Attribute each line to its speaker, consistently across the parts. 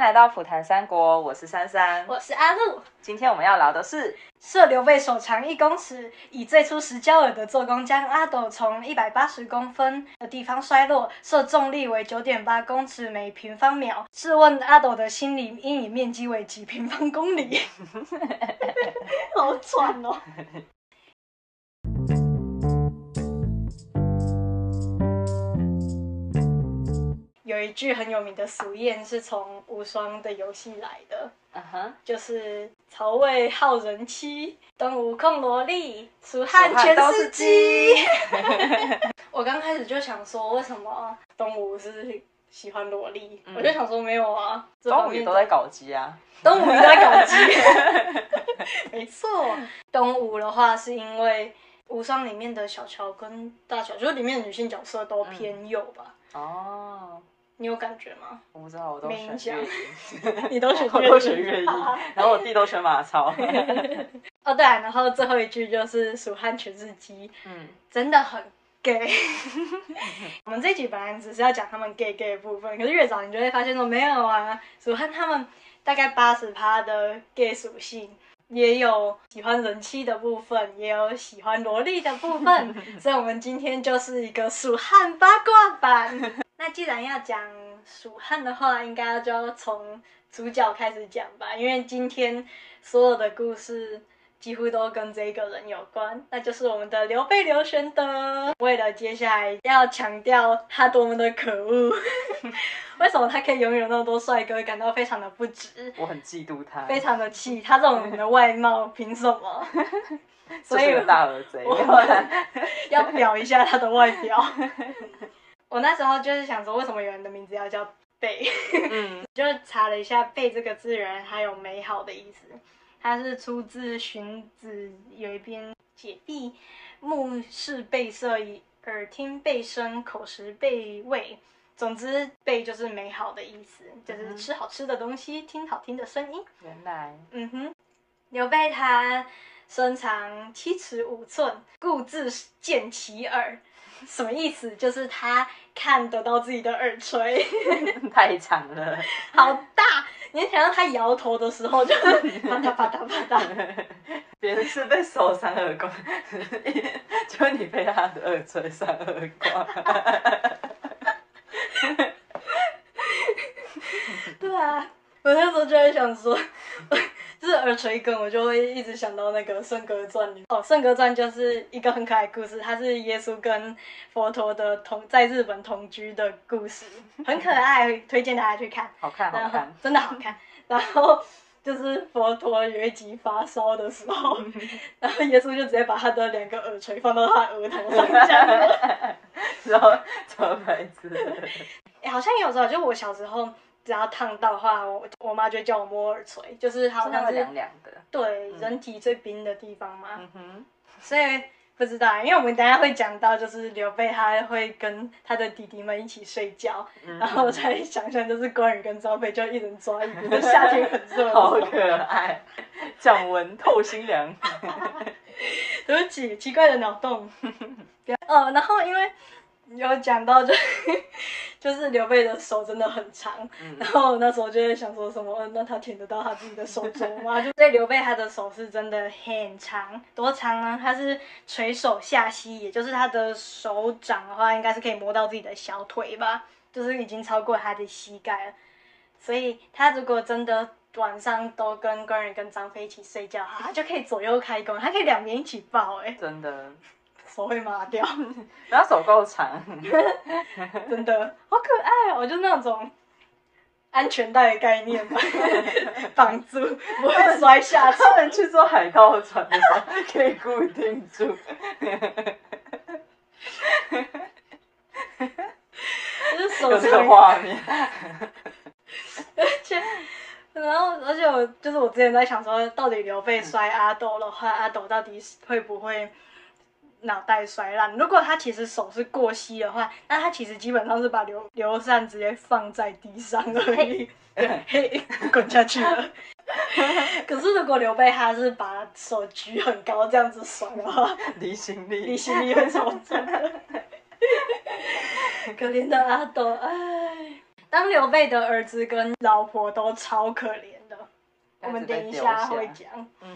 Speaker 1: 来到普谈三国，我是珊珊，
Speaker 2: 我是阿路。
Speaker 1: 今天我们要聊的是
Speaker 2: 射刘备手长1公尺，以最初10焦耳的做工将阿斗从180公分的地方摔落，射重力为9.8公尺每平方秒。试问阿斗的心理阴影面积为几平方公里？好喘哦。有一句很有名的俗谚是从无双的游戏来的，就是曹魏好人妻，东吴控萝莉，蜀汉全是鸡。我刚开始就想说，为什么东吴是喜欢萝莉？我就想说没有啊，
Speaker 1: 东吴也都在搞基啊，
Speaker 2: 东吴也在搞基。没错，东吴的话是因为无双里面的小乔跟大乔，就是里面的女性角色都偏右吧。
Speaker 1: 哦。
Speaker 2: 你有感觉吗？
Speaker 1: 我不知道，我都选乐音。
Speaker 2: 你都选
Speaker 1: 我都选乐音，然后我弟都选马超。
Speaker 2: 哦对啊，然后最后一句就是蜀汉全是鸡，真的很 gay。我们这一集本来只是要讲他们 gay 的部分，可是越早你就会发现说没有啊，蜀汉他们大概80%的 gay 属性。也有喜欢人妻的部分，也有喜欢萝莉的部分，所以我们今天就是一个蜀汉八卦版。那既然要讲蜀汉的话，应该就要从主角开始讲吧，因为今天所有的故事几乎都跟这个人有关，那就是我们的刘备刘玄德。为了接下来要强调他多么的可恶，为什么他可以拥有那么多帅哥，感到非常的不值。
Speaker 1: 我很嫉妒他，
Speaker 2: 非常的气，他这种人的外貌凭什么？所以
Speaker 1: 大儿贼，
Speaker 2: 我们要表一下他的外表。我那时候就是想说，为什么有人的名字要叫备？就是查了一下，备这个字原来还有美好的意思。它是出自荀子有一篇解蔽，目视备色，耳听备声，口食备味。总之，备就是美好的意思，就是吃好吃的东西，听好听的声音。
Speaker 1: 原来，
Speaker 2: 刘备他身长7尺5寸，故自见其耳。什么意思？就是他看得到自己的耳垂，
Speaker 1: 太长了，
Speaker 2: 好大！你想到他摇头的时候，就啪嗒啪嗒啪嗒。
Speaker 1: 别人是被手扇耳光，就你被他的耳垂扇耳光。
Speaker 2: 对啊，我那时候就在想说，就是耳垂梗，我就会一直想到那个《圣歌传》里。《圣歌传》就是一个很可爱的故事，它是耶稣跟佛陀的在日本同居的故事，很可爱，推荐大家去看。
Speaker 1: 好看，好看，
Speaker 2: 真的好看。然后就是佛陀有一集发烧的时候，然后耶稣就直接把他的2个耳垂放到他额头上讲，
Speaker 1: 然后超白痴。
Speaker 2: 好像有时候，就我小时候只要烫到的话，我妈就叫我摸耳垂，就是好像是
Speaker 1: 凉凉的。
Speaker 2: 对，人体最冰的地方嘛。所以不知道，因为我们等一下会讲到，就是刘备他会跟他的弟弟们一起睡觉，然后我才想象就是关羽跟张飞就一人抓一个，就夏天很热，
Speaker 1: 好可爱，降温透心凉。
Speaker 2: 对不起，奇怪的脑洞。然后因为有讲到就是刘备的手真的很长，然后那时候就在想说什么，那他舔得到他自己的手肘吗？就对，刘备他的手是真的很长，多长呢？他是垂手下膝，也就是他的手掌的话，应该是可以摸到自己的小腿吧，就是已经超过他的膝盖了。所以他如果真的晚上都跟关羽跟张飞一起睡觉，他就可以左右开弓，他可以2边一起抱，
Speaker 1: 真的。
Speaker 2: 手会麻掉，
Speaker 1: 然后手够长，
Speaker 2: 真的好可爱哦！就那种安全带的概念吧，绑住不会摔下去。
Speaker 1: 他们去坐海盗船的时候可以固定住，
Speaker 2: 就是手
Speaker 1: 有这个画面。
Speaker 2: 而且我之前在想说，到底刘备摔阿斗的话，阿斗到底会不会脑袋摔烂？如果他其实手是过膝的话，那他其实基本上是把刘禅直接放在地上而已，嘿，滚下去了。可是如果刘备他是把手举很高这样子甩的话，
Speaker 1: 离心力
Speaker 2: 会超重的。可怜的阿斗，哎。 当刘备的儿子跟老婆都超可怜的，我们等一下会讲。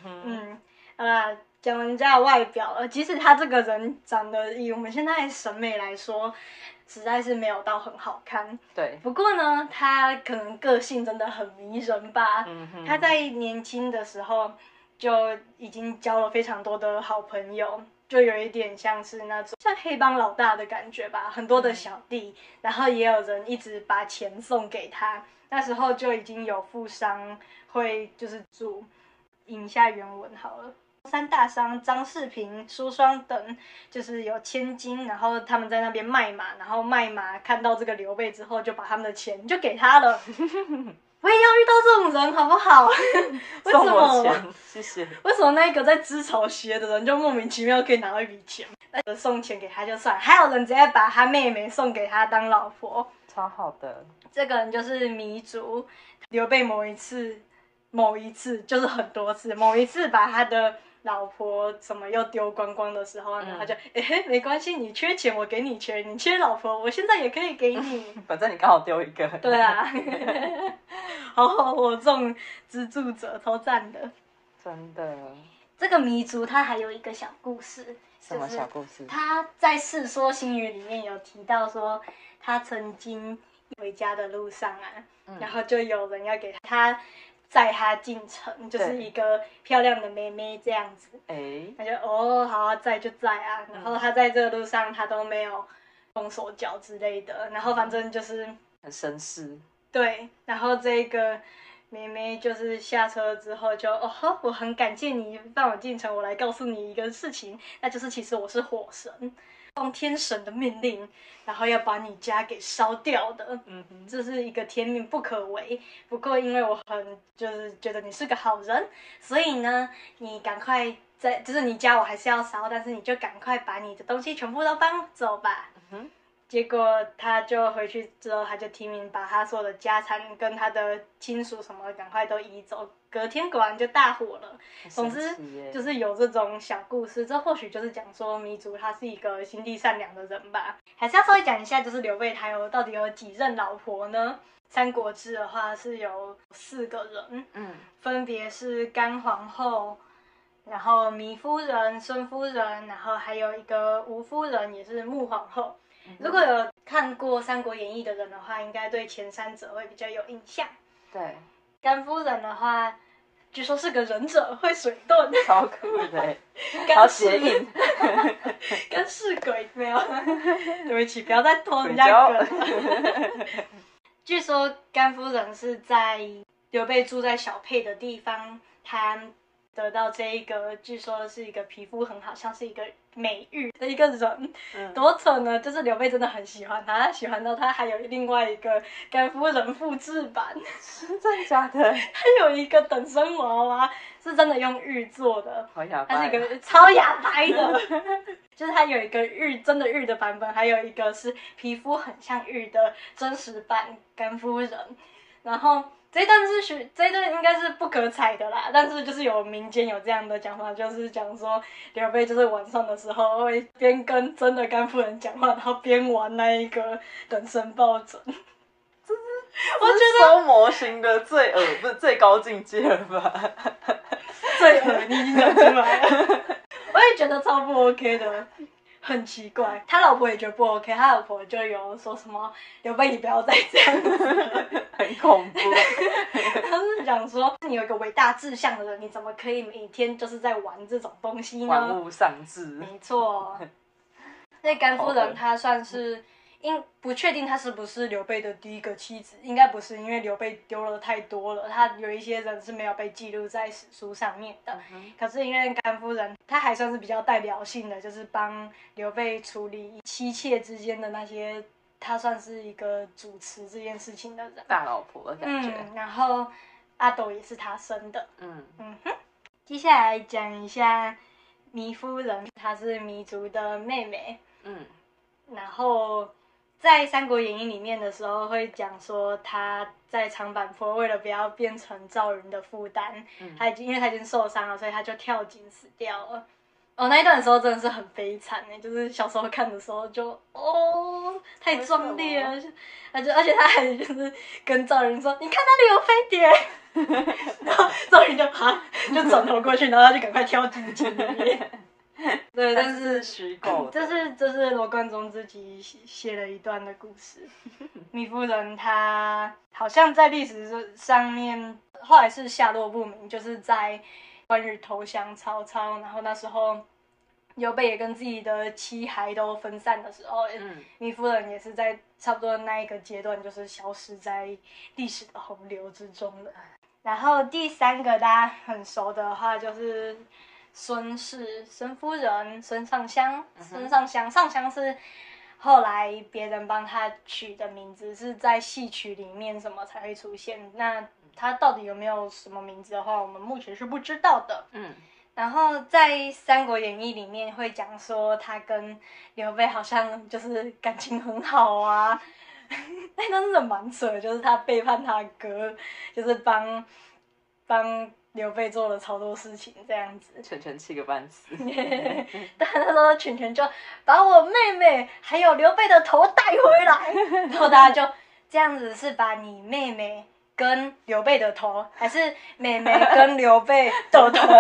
Speaker 2: 讲人家的外表了，即使他这个人长得以我们现在审美来说，实在是没有到很好看。
Speaker 1: 对。
Speaker 2: 不过呢，他可能个性真的很迷人吧。他在年轻的时候就已经交了非常多的好朋友，就有一点像是那种像黑帮老大的感觉吧，很多的小弟，然后也有人一直把钱送给他。那时候就已经有富商会就是引一下原文好了。三大商张世平、舒双等就是有千金，然后他们在那边卖马，然后卖马看到这个刘备之后，就把他们的钱就给他了。我也要遇到这种人，好不好？为什么？
Speaker 1: 送我钱，谢谢。
Speaker 2: 为什么那个在织草鞋的人就莫名其妙可以拿到一笔钱？那个送钱给他就算，还有人直接把他妹妹送给他当老婆，
Speaker 1: 超好的。这
Speaker 2: 个人就是糜竺。刘备某一次就是很多次，某一次把他的老婆什么又丢光光的时候，然后他就没关系，你缺钱我给你钱，你缺老婆我现在也可以给你，
Speaker 1: 反正你刚好丢一个。
Speaker 2: 对啊，好，我这种资助者超赞的，
Speaker 1: 真的。
Speaker 2: 这个糜竺他还有一个小故事。
Speaker 1: 什么小故事？
Speaker 2: 他在《世说新语》里面有提到说，他曾经回家的路上啊，然后就有人要给他载他进城，就是一个漂亮的妹妹这样子。他就好啊，载就载啊。然后他在这个路上他都没有动手脚之类的，然后反正就是
Speaker 1: 很绅士。
Speaker 2: 对，然后这个妹妹就是下车之后就我很感谢你放我进城，我来告诉你一个事情，那就是其实我是火神，奉天神的命令，然后要把你家给烧掉的。这是一个天命不可违。不过因为我就是觉得你是个好人，所以呢，你赶快就是你家我还是要烧，但是你就赶快把你的东西全部都搬走吧。结果他就回去之后，他就提名把他所有的家产跟他的亲属什么赶快都移走。隔天果然就大火了。总之就是有这种小故事，这或许就是讲说糜竺他是一个心地善良的人吧。还是要稍微讲一下，就是刘备他到底有几任老婆呢？《三国志》的话是有4个人，分别是甘皇后，然后糜夫人、孙夫人，然后还有一个吴夫人，也是穆皇后。如果有看过《三国演义》的人的话，应该对前3者会比较有印象。
Speaker 1: 对，
Speaker 2: 甘夫人的话，据说是个忍者，会水遁，
Speaker 1: 超酷的，好谐音。
Speaker 2: 跟是鬼没有？对不起，不要再偷人家梗了。据说甘夫人是在刘备住在小沛的地方，他得到这一个，据说是一个皮肤很好，像是一个美玉的一个人。多扯呢，就是刘备真的很喜欢他，他喜欢到他还有另外一个甘夫人复制版。
Speaker 1: 是真的假的？
Speaker 2: 他有一个等身娃娃，是真的用玉做的，
Speaker 1: 好哑巴。
Speaker 2: 他是一个超哑巴的。就是他有一个真的玉的版本，还有一个是皮肤很像玉的真实版甘夫人。然后这一段应该是不可采的啦，但是就是有民间有这样的讲法，就是讲说刘备就是晚上的时候会边跟真的甘夫人讲话，然后边玩那一个等身抱枕。
Speaker 1: 我觉得收模型的最不是最高境界了吧？
Speaker 2: 最你已经讲出来了。我也觉得超不 OK 的，很奇怪。他老婆也觉得不 OK， 他老婆就有说什么刘备你不要再这样子了，
Speaker 1: 很恐怖。
Speaker 2: 他是讲说你有一个伟大志向的人，你怎么可以每天就是在玩这种东西呢？
Speaker 1: 玩物丧志。
Speaker 2: 没错。那甘夫人她算是不确定她是不是刘备的第一个妻子，应该不是，因为刘备丢了太多了，他有一些人是没有被记录在史书上面的。可是因为甘夫人她还算是比较代表性的，就是帮刘备处理妻妾之间的那些，她算是一个主持这件事情的人，
Speaker 1: 大老婆的感觉。
Speaker 2: 然后阿斗也是她生的。接下来讲一下糜夫人，她是糜竺的妹妹。然后在《三国演义》里面的时候会讲说，她在长坂坡为了不要变成赵云的负担，因为她已经受伤了，所以她就跳井死掉了。 那一段的时候真的是很悲惨就是小时候看的时候就太壮烈了，而且他还就是跟赵云说，你看那里有飞碟，然后赵云就转头过去，然后他就赶快跳进井里面。对，但是
Speaker 1: 虚构的。
Speaker 2: 这是罗贯中自己写了一段的故事。糜夫人她好像在历史上面后来是下落不明，就是在关羽投降曹操，然后那时候刘备也跟自己的妻孩都分散的时候，糜夫人也是在差不多那一个阶段，就是消失在历史的洪流之中了。然后第三个大家很熟的话就是孙氏，孙夫人，孙尚香，上香是后来别人帮他取的名字，是在戏曲里面什么才会出现。那他到底有没有什么名字的话，我们目前是不知道的。然后在《三国演义》里面会讲说，他跟刘备好像就是感情很好啊。那真的蛮扯的，就是他背叛他哥，就是帮刘备做了超多事情这样子。
Speaker 1: 全权气个半死。
Speaker 2: 但那时候全就把我妹妹还有刘备的头带回来，然后大家就这样子，是把你妹妹跟刘备的头，还是妹妹跟刘备的头？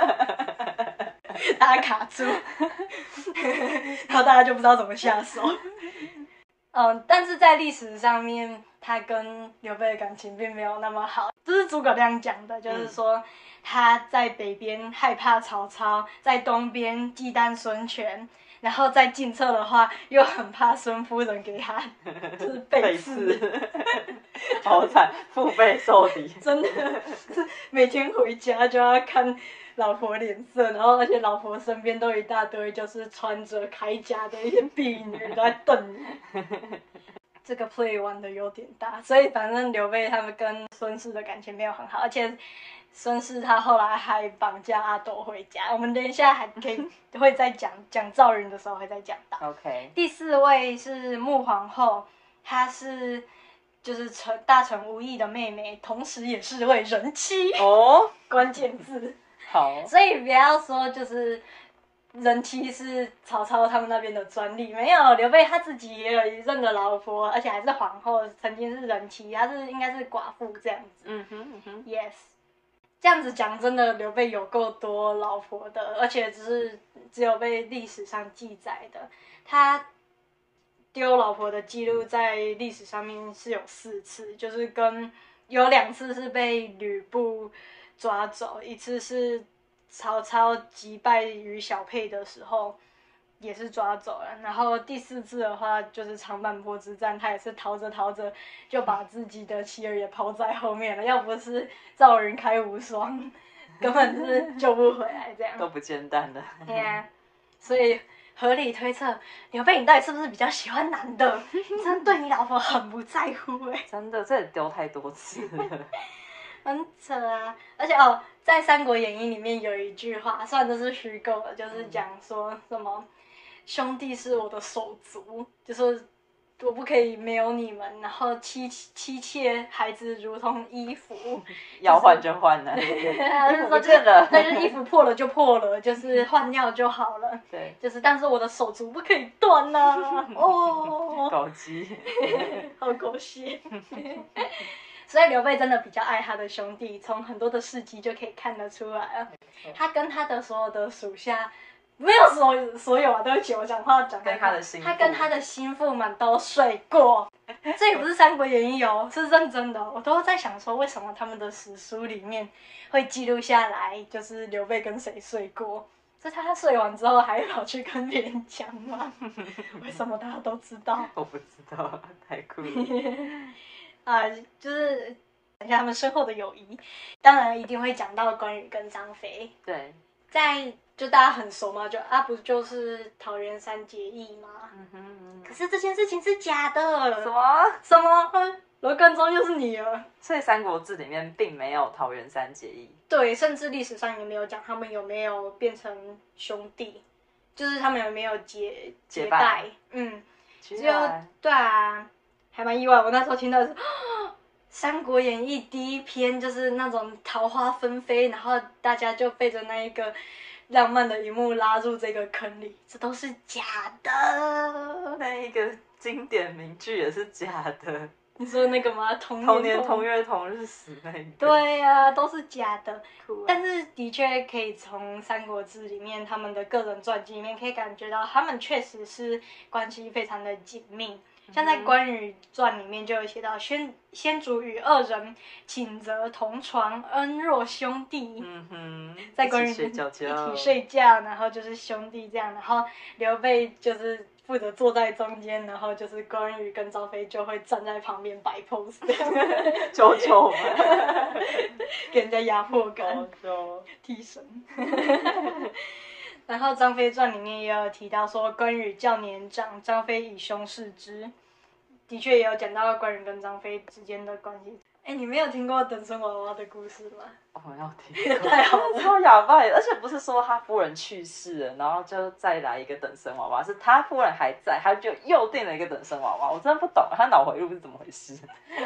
Speaker 2: 大家卡住，然后大家就不知道怎么下手。但是在历史上面，他跟刘备的感情并没有那么好。这是诸葛亮讲的，就是说他在北边害怕曹操，在东边忌惮孙权，然后在晋策的话又很怕孙夫人给他就是背刺，
Speaker 1: 好惨，腹背受敌。
Speaker 2: 真的是每天回家就要看老婆脸色，然后而且老婆身边都有一大堆就是穿着铠甲的一些婢女都在瞪你。这个 play 玩的有点大，所以反正刘备他们跟孙氏的感情没有很好，而且孙氏他后来还绑架阿斗回家。我们等一下还会再讲赵云的时候会再讲到。
Speaker 1: OK。
Speaker 2: 第四位是穆皇后，她是就是大臣无义的妹妹，同时也是位人妻关键字。
Speaker 1: 好。所
Speaker 2: 以不要说就是人妻是曹操他们那边的专利，没有，刘备他自己也有一任的老婆，而且还是皇后，曾经是人妻，他应该是寡妇这样子。Yes， 这样子讲真的，刘备有够多老婆的，而且只有被历史上记载的，他丢老婆的记录在历史上面是有4次，就是有2次是被吕布抓走，一次是曹操击败于小沛的时候也是抓走了，然后第4次的话就是长坂坡之战，他也是逃着就把自己的妻儿也抛在后面了，要不是赵云开无双，根本是救不回来，这样
Speaker 1: 都不见蛋的。
Speaker 2: 所以合理推测，刘备你到底是不是比较喜欢男的？你真的对你老婆很不在乎
Speaker 1: 真的，这也丢太多次了。
Speaker 2: 很扯啊！而且在《三国演义》里面有一句话，虽然这是虚构的，就是讲说什么兄弟是我的手足，就是我不可以没有你们，然后妻妾孩子如同衣服，
Speaker 1: 要换就换了，
Speaker 2: 不见了，但是衣服破了就破了，就是换掉就好了。
Speaker 1: 对，
Speaker 2: 就是但是我的手足不可以断啊！
Speaker 1: 狗鸡，
Speaker 2: 好狗血。所以刘备真的比较爱他的兄弟，从很多的事迹就可以看得出来了。他跟他的所有的属下，没有所有啊，对不起，我讲话讲太快。他跟他的心腹们都睡过，这也不是《三国演义》是认真的。我都在想说，为什么他们的史书里面会记录下来，就是刘备跟谁睡过？是他睡完之后还跑去跟别人讲吗？为什么大家都知道？
Speaker 1: 我不知道，太酷了。
Speaker 2: 就是讲一下他们深厚的友谊，当然一定会讲到关羽跟张飞。
Speaker 1: 对，
Speaker 2: 就大家很熟嘛，不就是桃园三结义吗？可是这件事情是假的。什么？罗贯中又是你了。
Speaker 1: 所以《三国志》里面并没有桃园三结义。
Speaker 2: 对，甚至历史上也没有讲他们有没有变成兄弟，就是他们有没有结拜。对啊。还蛮意外，我那时候听到是《三国演义》第一篇就是那种桃花纷飞，然后大家就背着那一个浪漫的一幕拉入这个坑里，这都是假的。
Speaker 1: 那一个经典名句也是假的。
Speaker 2: 你说那个吗？同
Speaker 1: 年同月同日死那个。
Speaker 2: 对呀、都是假的。
Speaker 1: 啊、
Speaker 2: 但是的确可以从《三国志》里面他们的个人传记里面可以感觉到，他们确实是关系非常的紧密。像在《关羽传》里面就有写到，先主与二人寝则同床，恩若兄弟。在关羽一起睡觉，然后就是兄弟这样，然后刘备就是负责坐在中间，然后就是关羽跟张飞就会站在旁边摆 pose，
Speaker 1: 求求嘛，
Speaker 2: 给人家压迫感，替身。然后《张飞传》里面也有提到说，关羽较年长，张飞以兄视之，的确也有讲到关羽跟张飞之间的关系。哎，你没有听过等身娃娃的故事吗？
Speaker 1: 我要听，
Speaker 2: 太好了，
Speaker 1: 超哑巴耶！而且不是说他夫人去世了，然后就再来一个等身娃娃，是他夫人还在，他就又订了一个等身娃娃。我真的不懂他脑回路是怎么回事。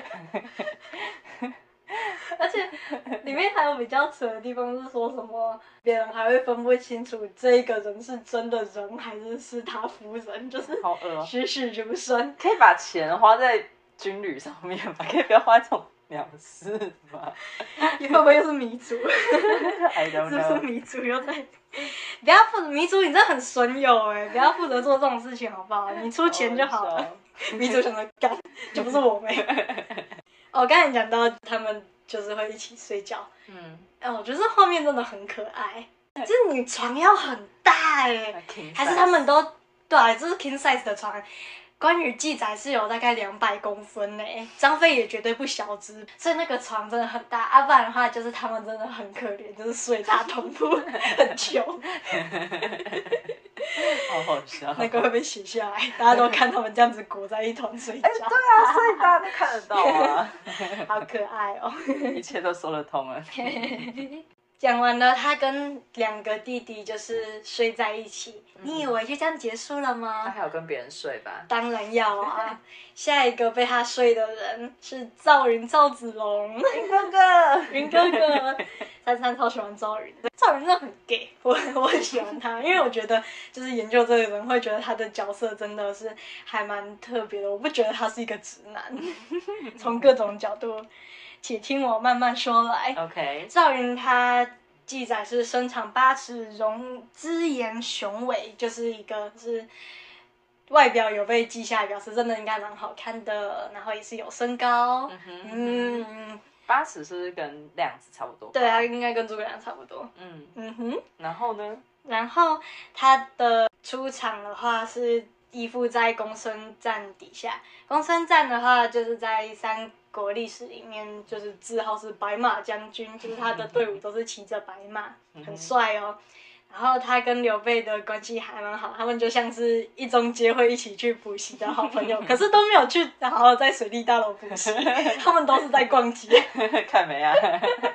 Speaker 2: 而且里面还有比较扯的地方是说什么，别人还会分不清楚这一个人是真的人还是他夫人，就是
Speaker 1: 好恶哦，
Speaker 2: 栩栩如生。
Speaker 1: 可以把钱花在军旅上面吗？可以不要花这种鸟事吗？
Speaker 2: 你会不会又是迷族？
Speaker 1: I don't know.
Speaker 2: 是不是迷族又在？不要负责迷族，你真的很损友哎！不要负责做这种事情好不好？你出钱就好了。迷族想着干，就不是我妹。我刚才讲到他们就是会一起睡觉，我觉得这画面真的很可爱。就是你床要很大哎，还是他们都对啊，这是 king size 的床。关于记载是有大概200公分呢，张飞也绝对不小只，所以那个床真的很大。不然的话就是他们真的很可怜，就是睡大通铺，很穷。
Speaker 1: 好好笑。
Speaker 2: 那个会被写下来，大家都看他们这样子裹在一团睡觉。
Speaker 1: 对啊，所以大家都看得到啊。
Speaker 2: 好可爱哦。
Speaker 1: 一切都说得通了。
Speaker 2: 讲完了，他跟2个弟弟就是睡在一起。你以为就这样结束了吗？
Speaker 1: 他还有跟别人睡吧？
Speaker 2: 当然要啊！下一个被他睡的人是赵云赵子龙。
Speaker 1: 云哥哥，
Speaker 2: 云哥哥，33超喜欢赵云的。赵云真的很 gay， 我很喜欢他，因为我觉得就是研究这个人会觉得他的角色真的是还蛮特别的。我不觉得他是一个直男，从各种角度。且听我慢慢说来。
Speaker 1: OK。
Speaker 2: 赵云他记载是身长8尺，姿颜雄伟，就是一个是外表有被记下来，表示真的应该蛮好看的，然后也是有身高。
Speaker 1: 8尺是不是跟亮子差不多？
Speaker 2: 对啊，应该跟诸葛亮差不多。
Speaker 1: 然后呢？
Speaker 2: 然后他的出场的话是依附在公孙瓒底下。公孙瓒的话就是在三国历史里面就是字号是白马将军，就是他的队伍都是骑着白马，很帅哦。然后他跟刘备的关系还蛮好，他们就像是一中街会一起去补习的好朋友，可是都没有去好好在水利大楼补习，他们都是在逛街。
Speaker 1: 看没啊？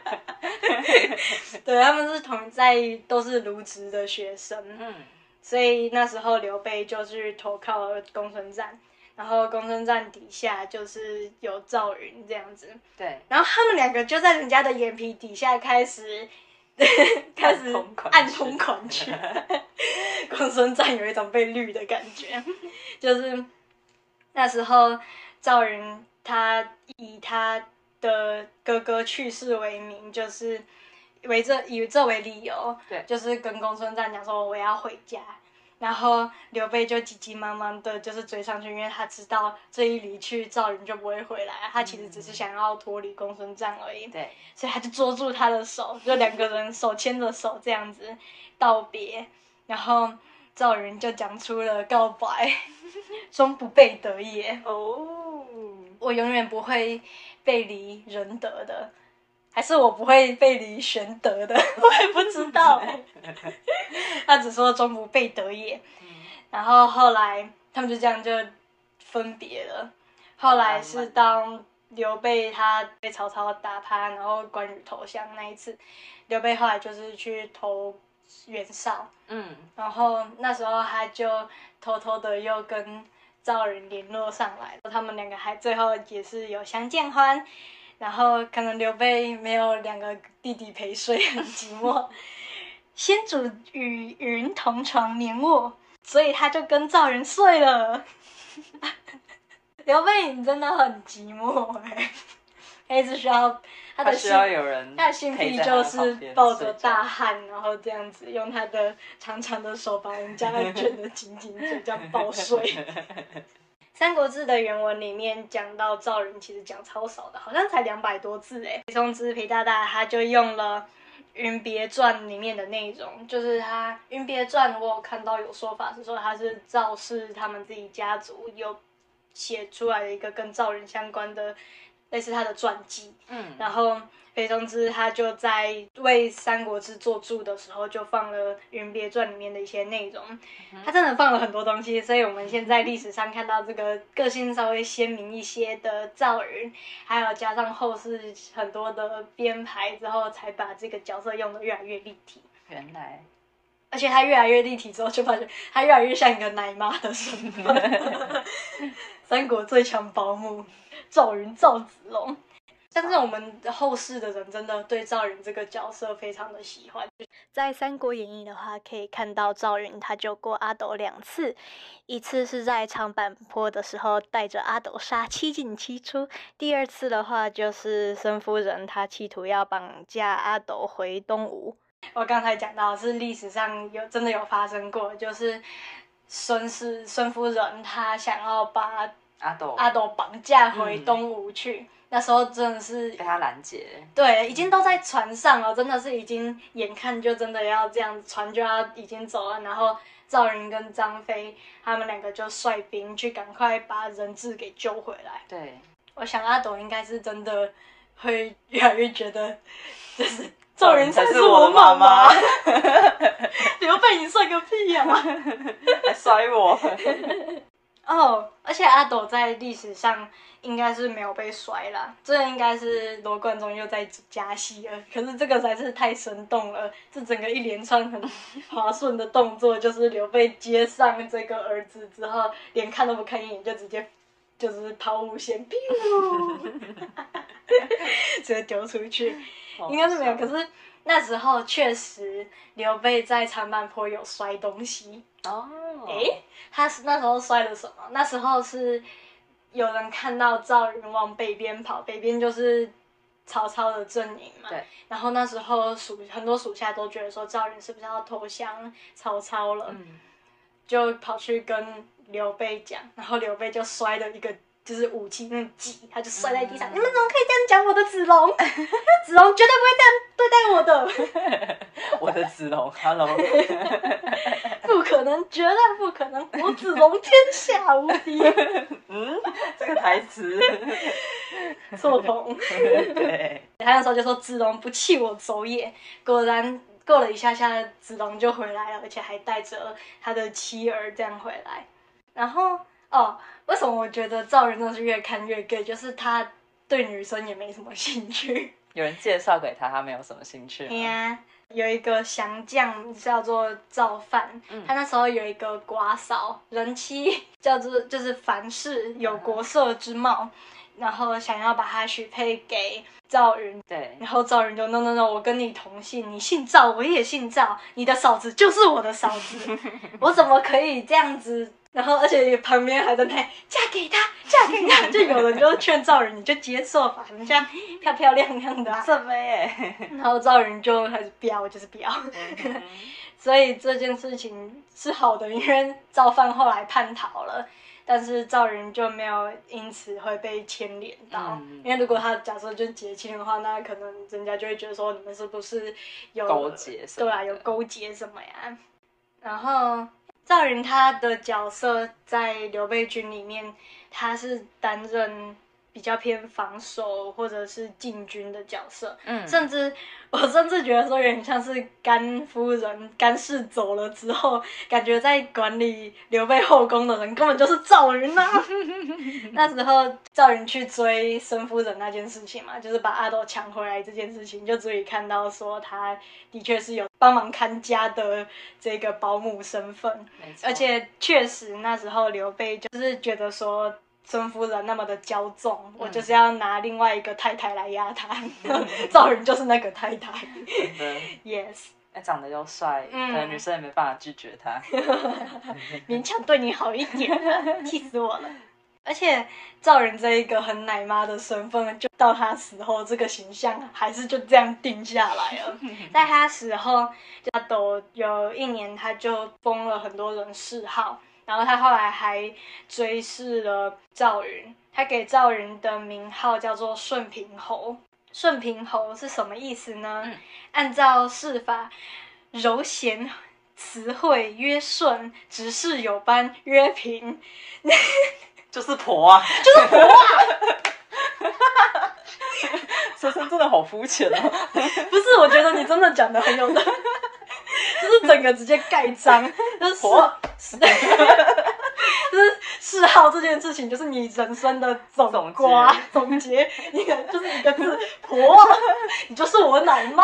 Speaker 2: 对，他们是都是卢植的学生。所以那时候刘备就去投靠了公孙瓒。然后公孙瓒底下就是有赵云这样子，
Speaker 1: 对。
Speaker 2: 然后他们2个就在人家的眼皮底下开始暗通款曲。公孙瓒有一种被绿的感觉，就是那时候赵云他以他的哥哥去世为名，就是以这为理由，
Speaker 1: 对，
Speaker 2: 就是跟公孙瓒讲说我要回家。然后刘备就急急忙忙的，就是追上去，因为他知道这一离去，赵云就不会回来。他其实只是想要脱离公孙瓒而已。
Speaker 1: 对，
Speaker 2: 所以他就捉住他的手，就2个人手牵着手这样子道别。然后赵云就讲出了告白：“终不背得也。”我永远不会背离仁德的。还是我不会背离玄德的，我也不知道。他只说终不背得也。然后后来他们就这样就分别了。后来是当刘备他被曹操打趴，然后关羽投降那一次，刘备后来就是去投袁绍。然后那时候他就偷偷的又跟赵云联络上来，他们2个还最后也是有相见欢。然后可能刘备没有2个弟弟陪睡，很寂寞。 先主与云同床眠卧，所以他就跟赵云睡了。刘备你真的很寂寞他一直需要
Speaker 1: 他需要有人，
Speaker 2: 他的性癖就是抱着大汉，然后这样子用他的长长的手把人家卷得紧紧的，这样抱睡。三国志的原文里面讲到赵云其实讲超少的，好像才200多字哎。裴松之裴大大他就用了《云别传》里面的内容，就是他《云别传》我有看到有说法是说他是赵氏他们自己家族有写出来的一个跟赵云相关的类似他的传记，然后裴松之他就在为《三国志》做注的时候，就放了《云别传》里面的一些内容，他真的放了很多东西，所以我们现在历史上看到这个个性稍微鲜明一些的赵云，还有加上后世很多的编排之后，才把这个角色用得越来越立体。
Speaker 1: 原来。
Speaker 2: 而且他越来越立体之后，就发现他越来越像一个奶妈的身份。三国最强保姆赵云赵子龙，但是我们后世的人真的对赵云这个角色非常的喜欢。在《三国演义》的话，可以看到赵云他救过阿斗2次，一次是在长坂坡的时候带着阿斗杀7进7出，第2次的话就是孙夫人她企图要绑架阿斗回东吴。我刚才讲到是历史上真的有发生过，就是孙夫人她想要把阿斗绑架回东吴去，那时候真的是
Speaker 1: 被他拦截。
Speaker 2: 对，已经都在船上了，真的是已经眼看就真的要这样，船就要已经走了，然后赵云跟张飞他们2个就率兵去赶快把人质给救回来。
Speaker 1: 对，
Speaker 2: 我想阿斗应该是真的会越来越觉得就是赵云才是我妈妈。刘备你帅个屁呀、
Speaker 1: 还摔我。
Speaker 2: 而且阿斗在历史上应该是没有被摔啦，这应该是罗贯中又在加戏了。可是这个才是太生动了，这整个一连串很滑顺的动作，就是刘备接上这个儿子之后，连看都不看一眼就直接就是抛物线，直接丢出去，应该是没有。可是那时候确实刘备在长坂坡有摔东西他是那时候摔了什么？那时候是有人看到赵云往北边跑，北边就是曹操的阵营嘛。
Speaker 1: 对。
Speaker 2: 然后那时候很多属下都觉得说赵云是不是要投降曹操了，就跑去跟刘备讲，然后刘备就摔了一个就是武器那个戟，他就摔在地上。你们怎么可以这样讲我的子龙？子龙绝对不会这样对待我的。
Speaker 1: 我的子龙 ，Hello。
Speaker 2: 不可能，绝对不可能！我子龙天下无敌。
Speaker 1: 这个台词
Speaker 2: 错捧。
Speaker 1: 对，
Speaker 2: 他那时候就说子龙不弃我走也，果然过了一下下，子龙就回来了，而且还带着他的妻儿这样回来。然后为什么我觉得赵云真的是越看越 gay？ 就是他对女生也没什么兴趣。
Speaker 1: 有人介绍给他，他没有什么兴趣吗？
Speaker 2: 对呀。有一个降将叫做赵范，他那时候有一个寡嫂，人妻叫做就是樊氏，有国色之貌，然后想要把她许配给赵云。
Speaker 1: 对，
Speaker 2: 然后赵云就 no， 我跟你同姓，你姓赵，我也姓赵，你的嫂子就是我的嫂子，我怎么可以这样子？然后而且旁边还在那嫁给他，就有人就劝赵云，你就接受吧，人家漂漂亮亮的
Speaker 1: 正妹哎。
Speaker 2: 然后赵云就开始飙，就是飙。所以这件事情是好的，因为赵范后来叛逃了，但是赵云就没有因此会被牵连到，因为如果他假设就结亲的话，那可能人家就会觉得说你们是不是有
Speaker 1: 勾结什么？
Speaker 2: 对啊，有勾结什么呀？然后赵云他的角色在刘备军里面，他是担任比较偏防守或者是进军的角色，我甚至觉得说有点像是甘夫人甘氏走了之后，感觉在管理刘备后宫的人根本就是赵云啊。那时候赵云去追孙夫人那件事情嘛，就是把阿斗抢回来这件事情，就足以看到说他的确是有帮忙看家的这个保姆身份，而且确实那时候刘备就是觉得说孙夫人那么的骄纵，我就是要拿另外一个太太来压她。赵云就是那个太太。Yes，
Speaker 1: 长得又帅，可能女生也没办法拒绝他，
Speaker 2: 勉强对你好一点，气死我了。而且赵云这一个很奶妈的身份，就到他死后，这个形象还是就这样定下来了。在他死后，阿斗有1年，他就封了很多人谥号，然后他后来还追谥了赵云，他给赵云的名号叫做顺平侯。顺平侯是什么意思呢？按照谥法，柔贤慈惠曰顺，执事有班曰平。
Speaker 1: 就是婆啊，
Speaker 2: 就是婆啊！
Speaker 1: 深深真的好肤浅哦。
Speaker 2: 不是，我觉得你真的讲的很有的，就是整个直接盖章，就是
Speaker 1: 婆，
Speaker 2: 就是谥号这件事情，就是你人生的总结，你就是一个字婆，你就是我奶妈。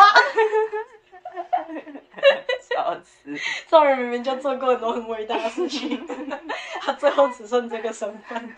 Speaker 1: 笑死！
Speaker 2: 赵云明明就做过很多很伟大的事情，他最后只剩这个身份。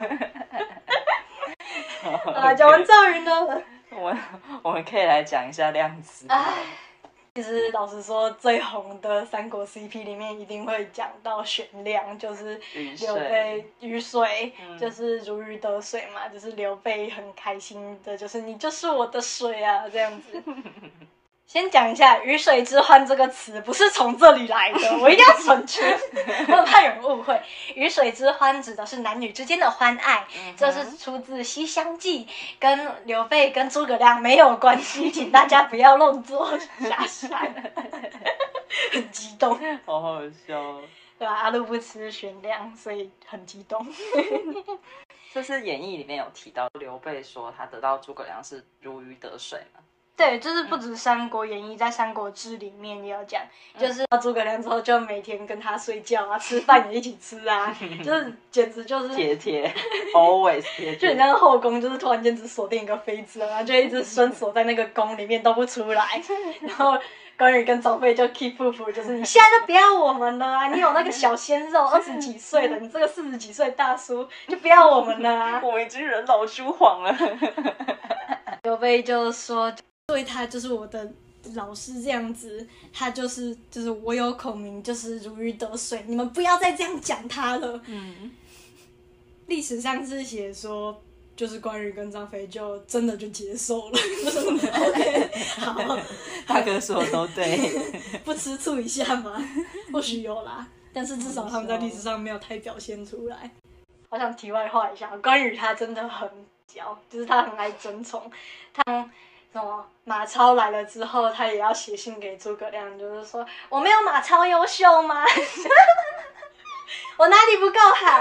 Speaker 2: 讲完赵云呢，
Speaker 1: 我们可以来讲一下亮子。
Speaker 2: 其实老实说，最红的三国 CP 里面一定会讲到玄亮，就是刘备雨水，就是如鱼得水嘛，就是刘备很开心的，就是你就是我的水啊，这样子。先讲一下"鱼水之欢"这个词不是从这里来的，我一定要澄清，我很怕有人误会。鱼水之欢指的是男女之间的欢爱，这是出自《西厢记》，跟刘备跟诸葛亮没有关系，请大家不要乱做假想。很激动，
Speaker 1: 好好笑。
Speaker 2: 对吧？阿禄不吃玄亮，所以很激动。
Speaker 1: 这是演义里面有提到，刘备说他得到诸葛亮是如鱼得水嘛。
Speaker 2: 对，就是不止《三国演义》，在《三国志》里面也有讲，就是到诸葛亮之后，就每天跟他睡觉啊，吃饭也一起吃啊，就是简直就是
Speaker 1: 贴 always 贴，
Speaker 2: 就很像后宫，就是突然间只锁定一个妃子，然后就一直深锁在那个宫里面都不出来，然后关羽跟张飞就 keep 夫妇，就是你现在就不要我们了啊，你有那个小鲜肉20几岁的，你这个40几岁大叔就不要我们了啊，
Speaker 1: 我们已经人老珠黄了。
Speaker 2: 刘备就说。对他就是我的老师这样子，他就是我有孔明，就是如鱼得水，你们不要再这样讲他了。历史上是写说，就是关羽跟张飞就真的就接受了。OK， 好，
Speaker 1: 大哥说的都对，
Speaker 2: 不吃醋一下吗？或许有啦，但是至少他们在历史上没有太表现出来。好想题外话一下，关羽他真的很骄，就是他很爱争宠，他。什么马超来了之后，他也要写信给诸葛亮，就是说我没有马超优秀吗？我哪里不够好？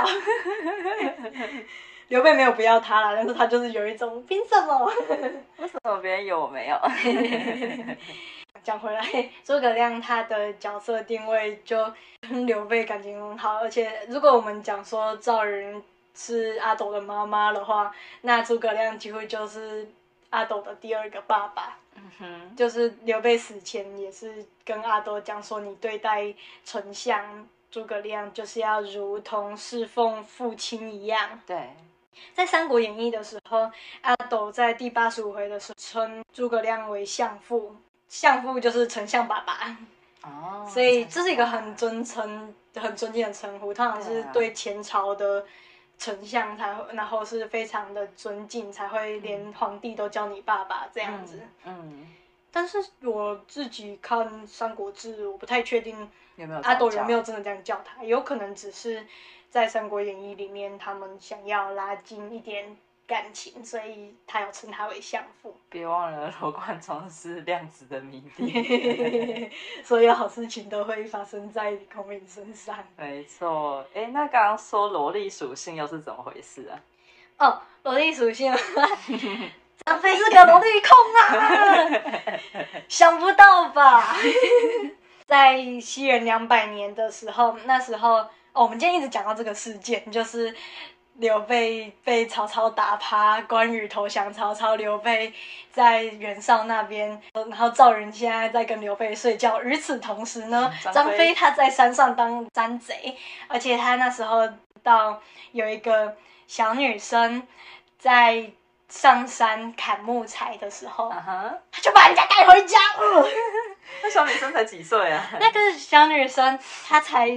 Speaker 2: 刘备没有不要他啦，但是他就是有一种凭什么？
Speaker 1: 为什么别人有我没有？
Speaker 2: 讲回来，诸葛亮他的角色定位就跟刘备感情很好，而且如果我们讲说赵云是阿斗的妈妈的话，那诸葛亮几乎就是阿斗的第2个爸爸。就是刘备死前也是跟阿斗讲说，你对待丞相诸葛亮就是要如同侍奉父亲一样。对，在《三国演义》的时候，阿斗在第85回的时候称诸葛亮为相父，相父就是丞相爸爸。所以这是一个很尊敬的称呼，通常是对前朝的丞相然后是非常的尊敬，才会连皇帝都叫你爸爸这样子。但是我自己看《三国志》，我不太确定阿斗有没有真的这样叫他，有可能只是在《三国演义》里面他们想要拉近一点感情，所以他有称他为相父。
Speaker 1: 别忘了罗贯中是亮子的迷弟，
Speaker 2: 所有好事情都会发生在孔明身上。没
Speaker 1: 错，那刚刚说萝莉属性又是怎么回事
Speaker 2: 啊？萝莉属性张飞是个萝莉控啊，想不到吧？在西元200年的时候，那时候我们今天一直讲到这个事件，就是刘备被曹操打趴，关羽投降曹操，刘备在袁绍那边，然后赵云现在在跟刘备睡觉。与此同时呢，张飞他在山上当山贼，而且他那时候到有一个小女生在上山砍木材的时候，他就把人家带回家。
Speaker 1: 为什小女生才几岁啊？
Speaker 2: 那个小女生她才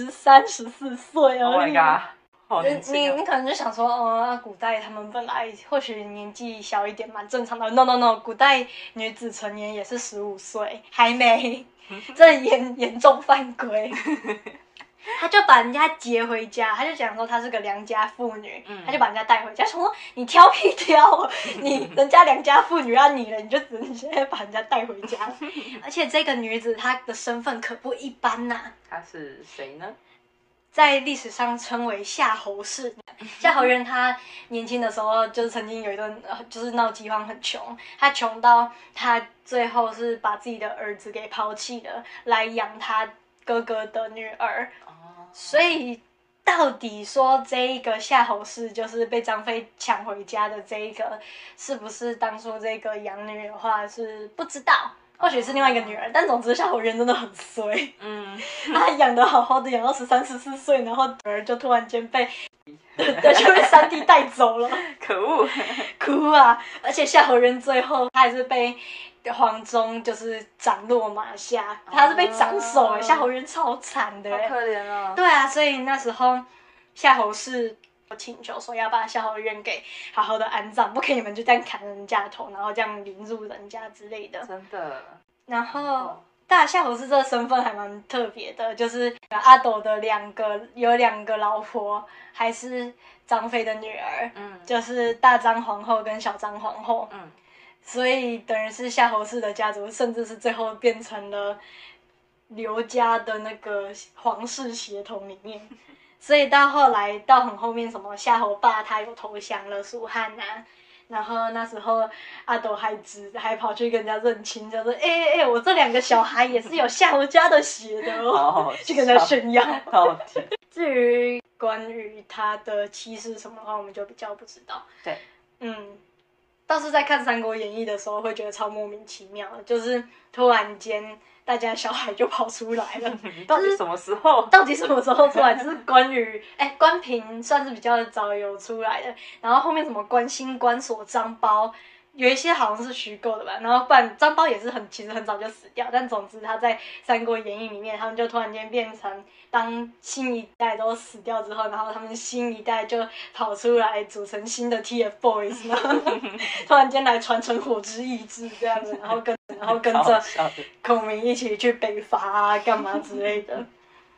Speaker 2: 13、14岁
Speaker 1: ？Oh
Speaker 2: 而
Speaker 1: my
Speaker 2: 已。
Speaker 1: god！好年轻
Speaker 2: 你可能就想说，古代他们本来或许年纪小一点蛮正常的。No， 古代女子成年也是15岁，还没，这严重犯规。他就把人家接回家，他就讲说她是个良家妇女，他就把人家带回家，想说你挑屁挑，你人家良家妇女啊你了，你就只能现在把人家带回家。而且这个女子她的身份可不一般呐。
Speaker 1: 她是谁呢？
Speaker 2: 在历史上称为夏侯氏。夏侯渊他年轻的时候就是曾经有一段就是闹饥荒很穷，他穷到他最后是把自己的儿子给抛弃了，来养他哥哥的女儿。所以到底说这一个夏侯氏就是被张飞抢回家的这一个，是不是当初这个养女的话是不知道。或许是另外一个女儿，但总之夏侯渊真的很衰。他养得好好的，养到13、14岁，然后女儿就突然间被，对，就被三弟带走了。
Speaker 1: 可恶，
Speaker 2: 哭啊！而且夏侯渊最后他还是被黄忠就是斩落马下，他是被斩首夏侯渊超惨的，
Speaker 1: 好可怜啊。
Speaker 2: 对啊，所以那时候夏侯氏请求说要把夏侯渊给好好的安葬，不可以你们就这样砍人家的头，然后这样凌辱人家之类的。
Speaker 1: 真的。
Speaker 2: 然后大夏侯氏这个身份还蛮特别的，就是阿斗的有两个老婆，还是张飞的女儿，就是大张皇后跟小张皇后，所以等于是夏侯氏的家族，甚至是最后变成了刘家的那个皇室血统里面。所以到后来到很后面，什么夏侯霸他有投降了蜀汉啊，然后那时候阿斗还跑去跟人家认亲，就说我这2个小孩也是有夏侯家的血的哦，去跟人家炫耀。至于关于他的妻室什么的话，我们就比较不知道。
Speaker 1: 对，
Speaker 2: 倒是在看《三国演义》的时候，会觉得超莫名其妙的，就是突然间大家小孩就跑出来了。
Speaker 1: 到底什么时候？
Speaker 2: 到底什么时候出来？就是关平算是比较早有出来的，然后后面什么关兴、关索、张苞，有一些好像是虚构的吧。然后不然张苞也是其实很早就死掉，但总之他在《三国演义》里面，他们就突然间变成当新一代都死掉之后，然后他们新一代就跑出来组成新的 TFBOYS， 然后突然间来传承火之意志这样子，然后跟着孔明一起去北伐啊，干嘛之类的。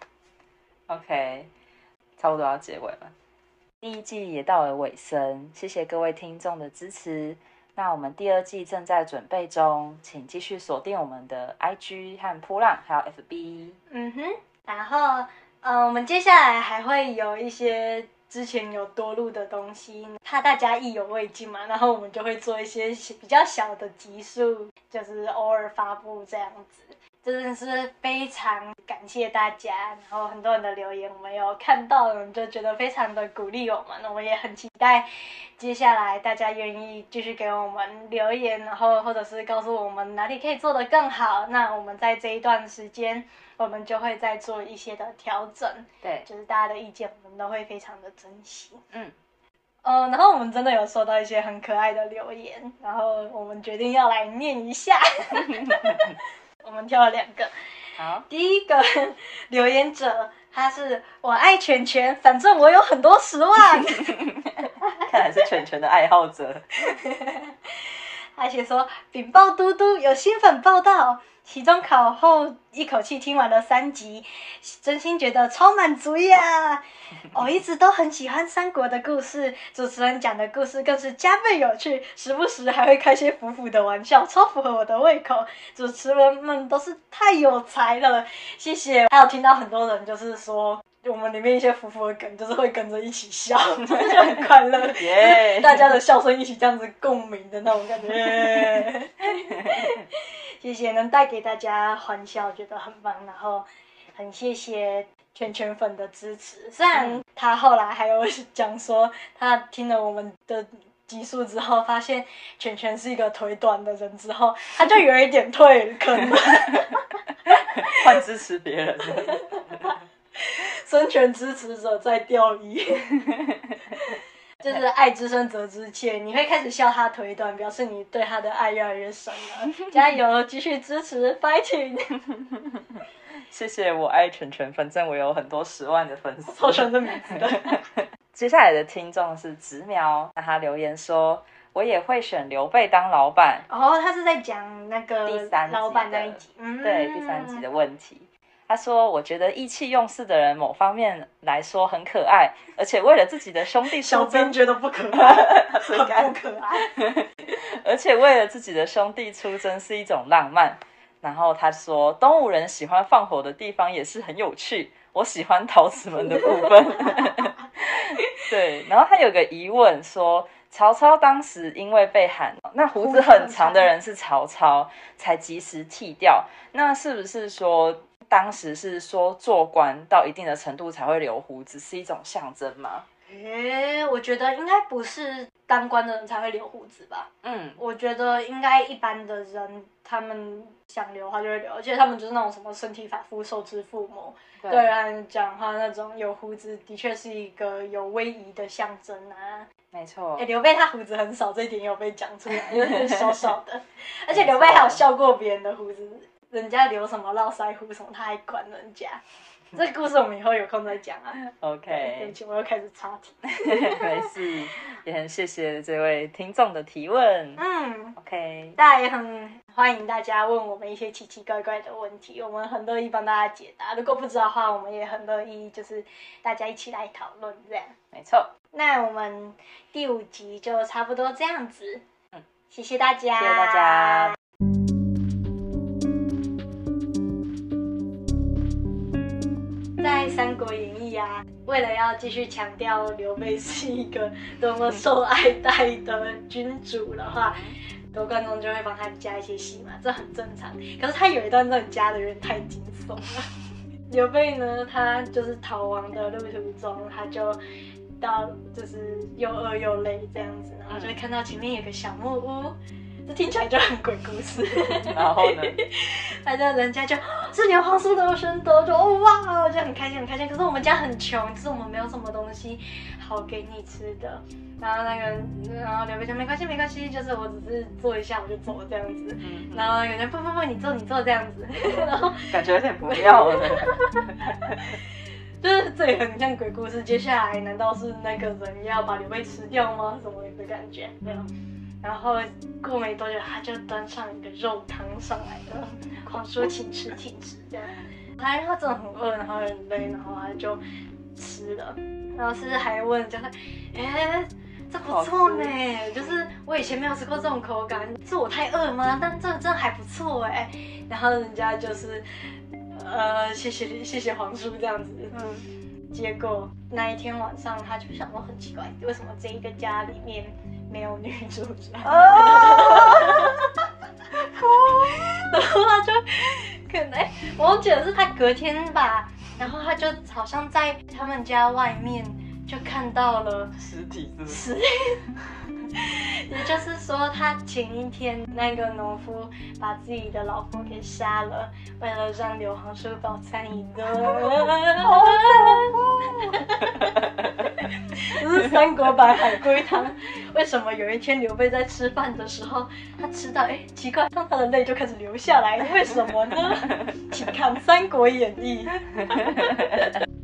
Speaker 1: OK， 差不多要结尾了。第1季也到了尾声，谢谢各位听众的支持。那我们第2季正在准备中，请继续锁定我们的 IG 和噗浪，还有 FB。
Speaker 2: 然后我们接下来还会有一些之前有多录的东西，怕大家意犹未尽嘛，然后我们就会做一些比较小的集数，就是偶尔发布这样子。真的是非常感谢大家，然后很多人的留言我们有看到，我们就觉得非常的鼓励我们，我们也很期待接下来大家愿意继续给我们留言，然后或者是告诉我们哪里可以做得更好，那我们在这一段时间我们就会再做一些的调整。
Speaker 1: 对，
Speaker 2: 就是大家的意见我们都会非常的珍惜。然后我们真的有收到一些很可爱的留言，然后我们决定要来念一下。我们挑了2个。
Speaker 1: 好，
Speaker 2: 第一个留言者他是我爱犬犬，反正我有很多10万。
Speaker 1: 看来是犬犬的爱好者。
Speaker 2: 他写说禀报嘟嘟有新粉报道，期中考后一口气听完了3集，真心觉得超满足呀！我一直都很喜欢三国的故事，主持人讲的故事更是加倍有趣，时不时还会开些腐腐的玩笑，超符合我的胃口。主持人们都是太有才了，谢谢。还有听到很多人就是说我们里面一些腐腐的梗，就是会跟着一起笑，就很快乐，大家的笑声一起这样子共鸣的那种感觉。谢谢，能带给大家欢笑，觉得很棒，然后很谢谢圈圈粉的支持。虽然他后来还有讲说，他听了我们的集数之后，发现圈圈是一个腿短的人之后，他就有一点退坑了，
Speaker 1: 换支持别人。
Speaker 2: 孙权支持者在钓鱼。 就是爱之深责之切，你会开始笑他腿短，表示你对他的爱越来越深了。加油，继续支持 ，fighting！
Speaker 1: 谢谢，我爱晨晨，反正我有很多10万的粉丝。
Speaker 2: 超喜欢这名字的。
Speaker 1: 接下来的听众是直苗，那他留言说，我也会选刘备当老板。
Speaker 2: 哦，他是在讲那个
Speaker 1: 第3集
Speaker 2: 老板那一集，
Speaker 1: 对，第3集的问题。他说，我觉得意气用事的人某方面来说很可爱，而且为了自己的兄弟出征，
Speaker 2: 小编觉得不可爱，很不可爱。
Speaker 1: 而且为了自己的兄弟出征是一种浪漫。然后他说，东吴人喜欢放火的地方也是很有趣，我喜欢陶瓷们的部分。对，然后他有个疑问说，曹操当时因为被喊那胡子很长的人是曹操，才及时剃掉，那是不是说当时是说做官到一定的程度才会留胡子，是一种象征吗？
Speaker 2: 我觉得应该不是当官的人才会留胡子吧。我觉得应该一般的人，他们想留他就会留，而且他们就是那种什么身体发肤受之父母，对人讲话那种有胡子的确是一个有威仪的象征啊。
Speaker 1: 没错。
Speaker 2: 刘备他胡子很少，这一点有被讲出来，就是少少的。而且刘备还有笑过别人的胡子，人家留什么络腮胡什么，他还管人家。这个故事我们以后有空再讲啊。
Speaker 1: OK，
Speaker 2: 对不起，我又开始插题。
Speaker 1: 没事，也很谢谢这位听众的提问。OK，
Speaker 2: 大家也很欢迎大家问我们一些奇奇怪怪的问题，我们很乐意帮大家解答。如果不知道的话，我们也很乐意就是大家一起来讨论这样。
Speaker 1: 没错。
Speaker 2: 那我们第5集就差不多这样子。谢谢大家。
Speaker 1: 谢谢大家。
Speaker 2: 在《三国演义》啊，为了要继续强调刘备是一个多么受爱戴的君主的话，很多观众就会帮他加一些戏嘛，这很正常。可是他有一段真的加的有点太惊悚了。刘备呢，他就是逃亡的路途中，他就到就是又饿又累这样子，然后就会看到前面有个小木屋。这听起来就很鬼故事。
Speaker 1: 然后呢？
Speaker 2: 反正人家就是刘皇叔的孙德，就哇，就很开心很开心。可是我们家很穷，就是我们没有什么东西好给你吃的。然后刘备说没关系没关系，就是我只是坐一下我就走这样子。然后有人不，你坐这样子。然后
Speaker 1: 感觉有点不妙了。
Speaker 2: 就是这也很像鬼故事。接下来难道是那个人要把刘备吃掉吗？什么的感觉没有。然后过没多久，他就端上一个肉汤上来了，狂说请吃这样。他真的很饿，然后很累，然后他就吃了。然后是还问就是，这不错呢，就是我以前没有吃过这种口感，是我太饿吗？但这真的还不错哎。然后人家就是谢谢皇叔这样子。结果那一天晚上，他就想说很奇怪，为什么这一个家里面没有女主人？然后他就可能我忘记了是他隔天吧，然后他就好像在他们家外面就看到了
Speaker 1: 尸体，
Speaker 2: 也就是说，他前一天那个农夫把自己的老婆给杀了，为了让刘皇叔饱餐一顿。好恐怖！这是三国版海龟汤。为什么有一天刘备在吃饭的时候，他吃到奇怪，他的泪就开始流下来？为什么呢？请看《三国演义》。